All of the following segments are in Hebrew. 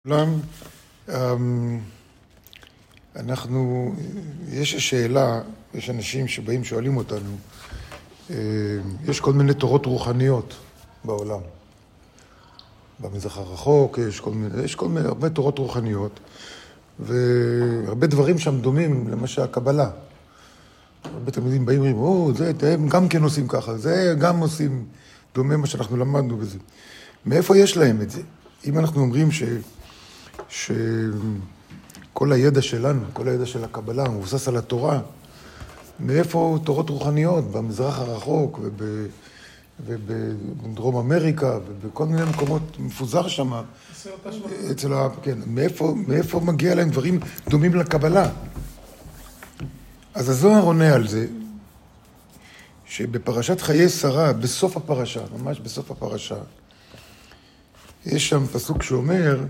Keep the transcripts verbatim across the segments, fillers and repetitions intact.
כולם, אנחנו, יש שאלה, יש אנשים שבאים שואלים אותנו, יש כל מיני תורות רוחניות בעולם. במזרח הרחוק יש כל מיני, יש כל מיני, הרבה תורות רוחניות, והרבה דברים שם דומים למשל הקבלה. הרבה תלמידים באים ואומרים, או, זה, הם גם כן עושים ככה, זה גם עושים דומה מה שאנחנו למדנו בזה. מאיפה יש להם את זה? אם אנחנו אומרים ש... שכל הידע שלנו, כל הידע של הקבלה, מבוסס על התורה, מאיפה תורות רוחניות במזרח הרחוק וב, ובדרום אמריקה ובכל מיני מקומות מפוזר שם, אצל ה... כן, מאיפה, מאיפה מגיע להם דברים דומים לקבלה? אז הזוהר עונה על זה, שבפרשת חיי שרה, בסוף הפרשה, ממש בסוף הפרשה, יש שם פסוק שאומר,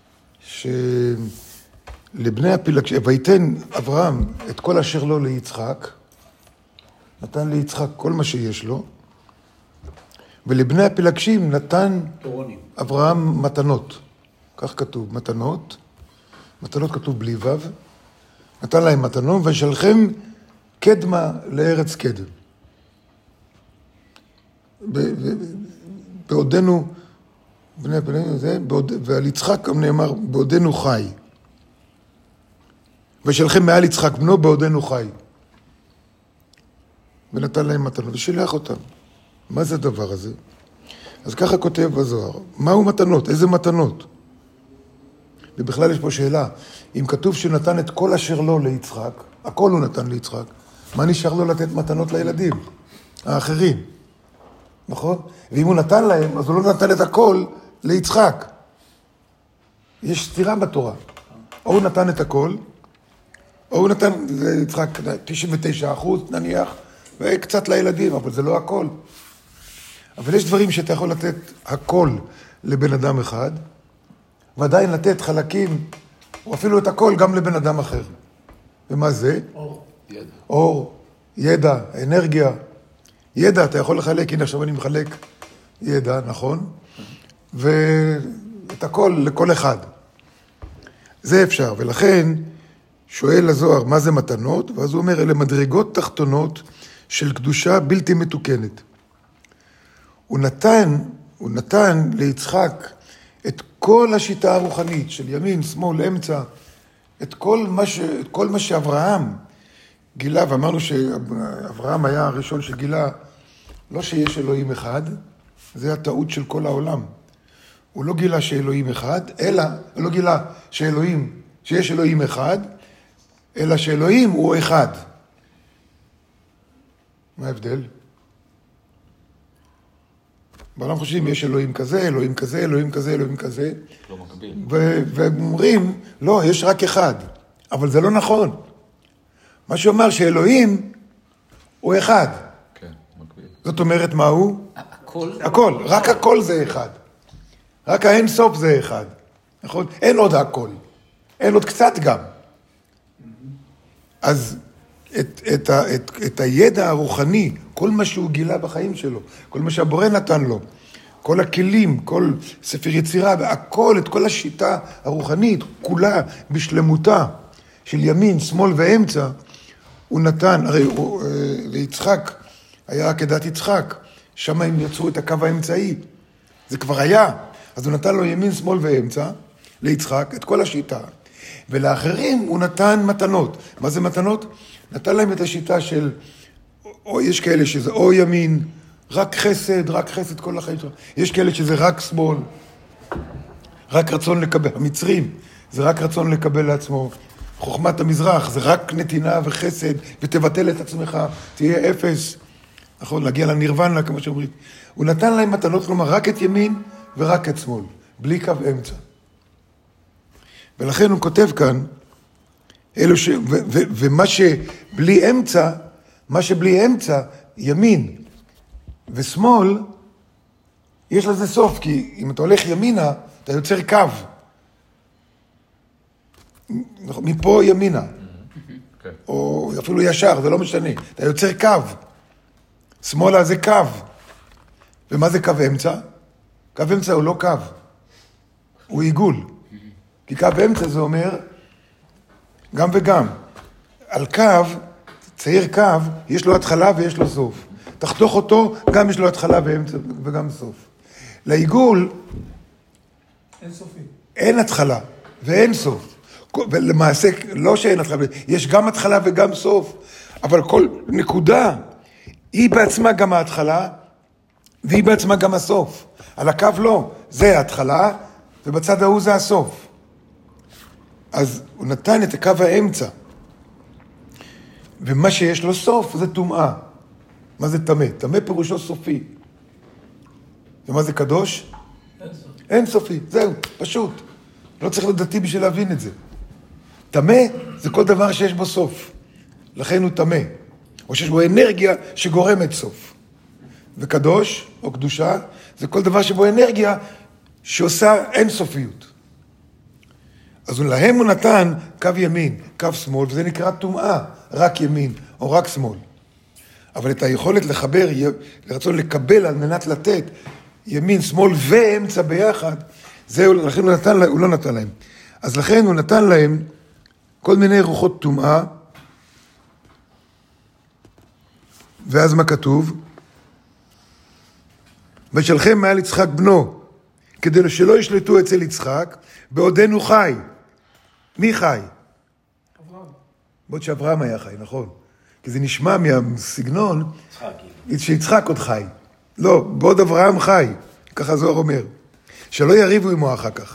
שלבני הפילגשים, ויתן אברהם את כל אשר לו ליצחק, נתן ליצחק כל מה שיש לו, ולבני הפילגשים נתן תורונים. אברהם מתנות, כך כתוב, מתנות, מתנות כתוב בלי וו, נתן להם מתנות, ושלחם קדמה לארץ קדם. בעודנו, בני הפילגשים זה, ועל יצחק נאמר, בעודנו חי. ושלחם מעל יצחק בנו, בעודנו חי. ונתן להם מתנות, ושילח אותם. מה זה הדבר הזה? אז ככה כותב בזוהר, מהו מתנות? איזה מתנות? ובכלל יש פה שאלה, אם כתוב שנתן את כל אשר לו ליצחק, הכל הוא נתן ליצחק, מה נשאר לו לתת מתנות לילדים? האחרים. נכון? ואם הוא נתן להם, אז הוא לא נתן את הכל ליצחק. יש סתירה בתורה. או הוא נתן את הכל, או הוא נתן ליצחק תשעים ותשעה אחוז נניח, וקצת לילדים, אבל זה לא הכל. אבל יש דברים שאתה יכול לתת הכל לבן אדם אחד, ועדיין לתת חלקים, או אפילו את הכל גם לבן אדם אחר. ומה זה? אור, ידע. אור, ידע, אנרגיה. ידע, אתה יכול לחלק, הנה עכשיו אני מחלק ידע, נכון? ואת הכל לכל אחד. זה אפשר, ולכן שואל הזוהר, מה זה מתנות? ואז הוא אומר, אלה מדרגות תחתונות של קדושה בלתי מתוקנת. הוא נתן, הוא נתן ליצחק את כל השיטה הרוחנית של ימין, שמאל, אמצע, את כל מה, ש, את כל מה שאברהם גילה, ואמרנו שאברהם היה הראשון שגילה, לא שיש אלוהים אחד, זה הטעות של כל העולם. הוא לא גילה שאלוהים אחד, אלא, הוא לא גילה שאלוהים, שיש אלוהים אחד, אלא שאלוהים הוא אחד. מה ההבדל? בעולם חושבים, יש אלוהים כזה, אלוהים כזה, אלוהים כזה, אלוהים כזה. לא מקביל. והם אומרים, לא, יש רק אחד. אבל זה לא נכון. מה שאומר שאלוהים הוא אחד. כן, מקביל. זאת אומרת, מה הוא? הכל? הכל, רק הכל זה אחד. רק האין סוף זה אחד. נכון? אין עוד הכל. אין עוד קצת גם. אז את, את, ה, את, את הידע הרוחני, כל מה שהוא גילה בחיים שלו, כל מה שהבורא נתן לו, כל הכלים, כל ספר יצירה, והכל, את כל השיטה הרוחנית, כולה בשלמותה של ימין, שמאל ואמצע, הוא נתן, הרי הוא, ליצחק, היה עקדת יצחק, שם הם יצרו את הקו האמצעי, זה כבר היה, אז הוא נתן לו ימין, שמאל ואמצע, ליצחק, את כל השיטה, ולאחרים הוא נתן מתנות. מה זה מתנות? נתן להם את השיטה של, או יש כאלה שזה או ימין, רק חסד, רק חסד כל החיים שלו. יש כאלה שזה רק שמאל, רק רצון לקבל. המצרים זה רק רצון לקבל לעצמו. חוכמת המזרח זה רק נתינה וחסד, ותבטל את עצמך, תהיה אפס. נכון, להגיע לנירוונה, כמו שאומרים. הוא נתן להם מתנות, כלומר, רק את ימין ורק את שמאל, בלי קו אמצע. ולכן הוא כותב כאן, אלו ש... ו- ו- ומה שבלי אמצע, מה שבלי אמצע, ימין ושמאל, יש לזה סוף, כי אם אתה הולך ימינה, אתה יוצר קו. מפה ימינה. או אפילו ישר, זה לא משנה. אתה יוצר קו. שמאלה זה קו. ומה זה קו אמצע? קו אמצע הוא לא קו. הוא עיגול. כי קו אמצע זה אומר גם וגם. על קו, צייר קו, יש לו התחלה ויש לו סוף. תחתוך אותו, גם יש לו התחלה ואמצע וגם סוף. לעיגול, אין סופי. אין התחלה ואין סוף. ולמעשה, לא שאין התחלה, יש גם התחלה וגם סוף. אבל כל נקודה, היא בעצמה גם ההתחלה, והיא בעצמה גם הסוף. על הקו לא, זה ההתחלה, ובצד ההוא זה הסוף. אז הוא נתן את הקו האמצע. ומה שיש לו סוף זה טומאה. מה זה טמא? טמא פירושו סופי. ומה זה קדוש? אין סופי. אין סופי, זהו, פשוט. לא צריך לדעתי בשביל להבין את זה. טמא זה כל דבר שיש בו סוף. לכן הוא טמא. או שיש בו אנרגיה שגורמת סוף. וקדוש, או קדושה, זה כל דבר שבו אנרגיה שעושה אין סופיות. אז להם הוא נתן קו ימין, קו שמאל, וזה נקרא טומאה, רק ימין או רק שמאל. אבל את היכולת לחבר, לרצון לקבל על מנת לתת ימין, שמאל ואמצע ביחד, זה לכן הוא, נתן, הוא לא נתן להם. אז לכן הוא נתן להם כל מיני רוחות טומאה, ואז מה כתוב? ושלכם מעל יצחק בנו, כדי שלא ישלטו אצל יצחק, בעודנו חי. מי חי? אברהם. בעוד שאברהם היה חי, נכון. כי זה נשמע מהסגנון, שיצחק עוד חי. לא, בעוד אברהם חי, ככה זוהר אומר. שלא יריבו עמו אחר כך.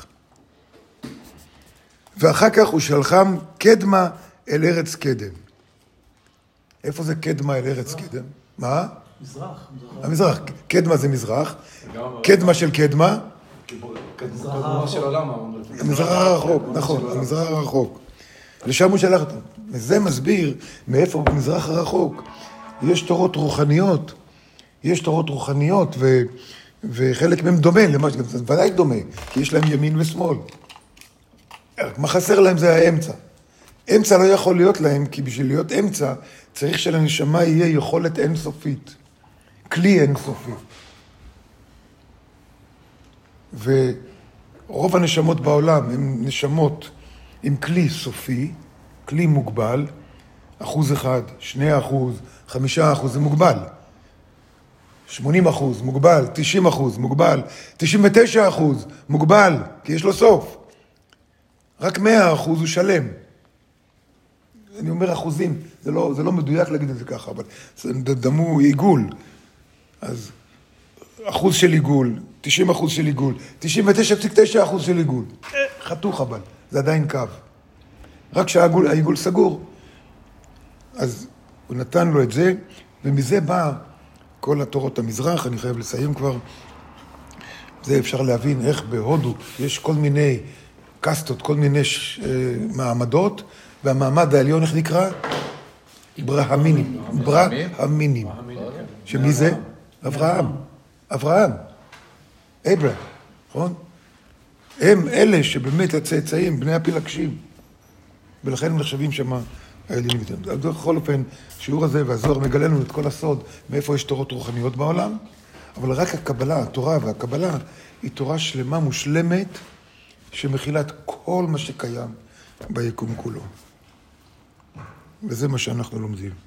ואחר כך הוא שלחם קדמה אל ארץ קדם. איפה זה קדמה אל ארץ קדם? מה? מזרח. המזרח. קדמה זה מזרח. קדמה של קדמה. קדמה של עולם. המזרח הרחוק, נכון, המזרח הרחוק. לשם הוא שלח אותו. וזה מסביר מאיפה במזרח הרחוק יש תורות רוחניות, יש תורות רוחניות, ו, וחלק מהם דומה, למה שגם זה ודאי דומה, כי יש להם ימין ושמאל. מה חסר להם זה האמצע. אמצע לא יכול להיות להם, כי בשביל להיות אמצע, צריך שלנשמה יהיה יכולת אינסופית. כלי אינסופי. ורוב הנשמות בעולם הן נשמות עם כלי סופי, כלי מוגבל, אחוז אחד, שני אחוז, חמישה אחוז, זה מוגבל. שמונים אחוז, מוגבל, תשעים אחוז, מוגבל, תשעים ותשע אחוז, מוגבל, כי יש לו סוף. רק מאה אחוז הוא שלם. אני אומר אחוזים, זה לא, זה לא מדויק להגיד את זה ככה, אבל דמו עיגול. אז אחוז של עיגול, תשעים אחוז של עיגול, תשעים ותשע נקודה תשע אחוז של עיגול. חתוך אבל, זה עדיין קו. רק שהעיגול סגור. אז הוא נתן לו את זה, ומזה בא כל התורות המזרח, אני חייב לסיים כבר. זה אפשר להבין איך בהודו יש כל מיני קסטות, כל מיני ש... מעמדות, והמעמד העליון, איך נקרא? ברהמינים. ברהמינים. שמי זה? אברהם. אברהם. אברהם, נכון? הם אלה שבאמת הצאצאים, בני הפילגשים. ולכן הם נחשבים שמה העליונים איתם. בכל אופן, השיעור הזה והזוהר מגלה לנו את כל הסוד, מאיפה יש תורות רוחניות בעולם, אבל רק הקבלה, התורה והקבלה, היא תורה שלמה, מושלמת, שמכילה את כל מה שקיים ביקום כולו. וזה מה שאנחנו לומדים.